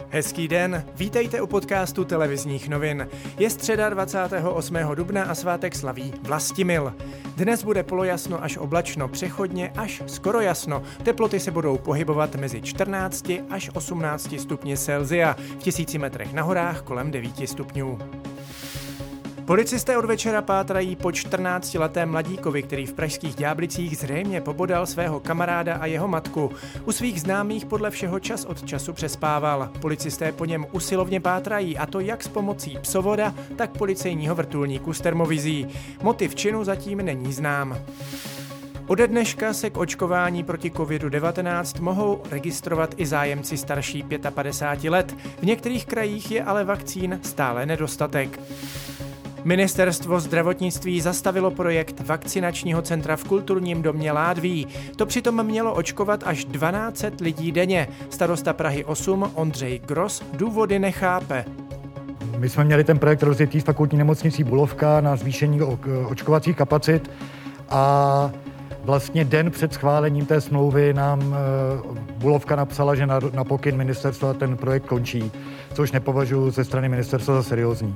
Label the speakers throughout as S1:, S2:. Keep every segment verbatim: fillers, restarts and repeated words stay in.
S1: Hezký den, vítejte u podcastu televizních novin. Je středa dvacátého osmého dubna a svátek slaví Vlastimil. Dnes bude polojasno až oblačno, přechodně až skoro jasno. Teploty se budou pohybovat mezi čtrnácti až osmnácti stupni Celsia, v tisíci metrech na horách kolem devíti stupňů. Policisté od večera pátrají po čtrnáctiletém mladíkovi, který v pražských Ďáblicích zřejmě pobodal svého kamaráda a jeho matku. U svých známých podle všeho čas od času přespával. Policisté po něm usilovně pátrají, a to jak s pomocí psovoda, tak policejního vrtulníku s termovizí. Motiv činu zatím není znám. Ode dneška se k očkování proti kovidu devatenáct mohou registrovat i zájemci starší padesát pět let. V některých krajích je ale vakcín stále nedostatek. Ministerstvo zdravotnictví zastavilo projekt vakcinačního centra v kulturním domě Ládví. To přitom mělo očkovat až dvanáct set lidí denně. Starosta Prahy osm Ondřej Gros důvody nechápe.
S2: My jsme měli ten projekt rozjetý s fakultní nemocnicí Bulovka na zvýšení očkovacích kapacit a vlastně den před schválením té smlouvy nám Bulovka napsala, že na, na pokyn ministerstva ten projekt končí, což nepovažuji ze strany ministerstva za seriózní.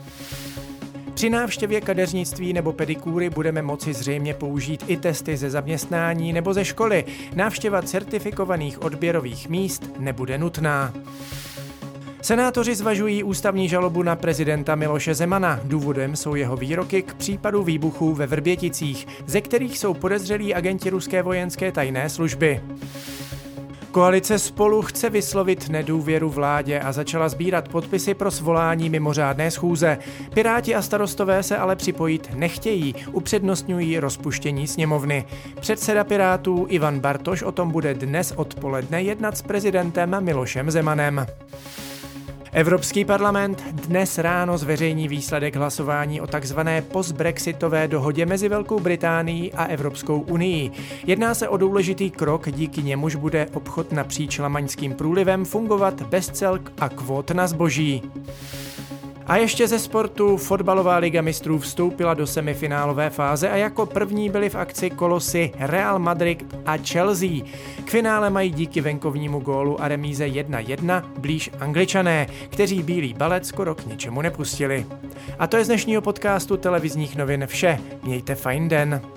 S1: Při návštěvě kadeřnictví nebo pedikúry budeme moci zřejmě použít i testy ze zaměstnání nebo ze školy. Návštěva certifikovaných odběrových míst nebude nutná. Senátoři zvažují ústavní žalobu na prezidenta Miloše Zemana. Důvodem jsou jeho výroky k případu výbuchů ve Vrběticích, ze kterých jsou podezřelí agenti ruské vojenské tajné služby. Koalice Spolu chce vyslovit nedůvěru vládě a začala sbírat podpisy pro svolání mimořádné schůze. Piráti a starostové se ale připojit nechtějí, upřednostňují rozpuštění sněmovny. Předseda Pirátů Ivan Bartoš o tom bude dnes odpoledne jednat s prezidentem Milošem Zemanem. Evropský parlament dnes ráno zveřejní výsledek hlasování o takzvané postbrexitové dohodě mezi Velkou Británií a Evropskou unií. Jedná se o důležitý krok, díky němuž bude obchod napříč Lamaňským průlivem fungovat bez cel a kvót na zboží. A ještě ze sportu, fotbalová liga mistrů vstoupila do semifinálové fáze a jako první byli v akci kolosy Real Madrid a Chelsea. K finále mají díky venkovnímu gólu a remíze jedna jedna blíž Angličané, kteří bílý balet skoro k ničemu nepustili. A to je z dnešního podcastu televizních novin vše. Mějte fajn den.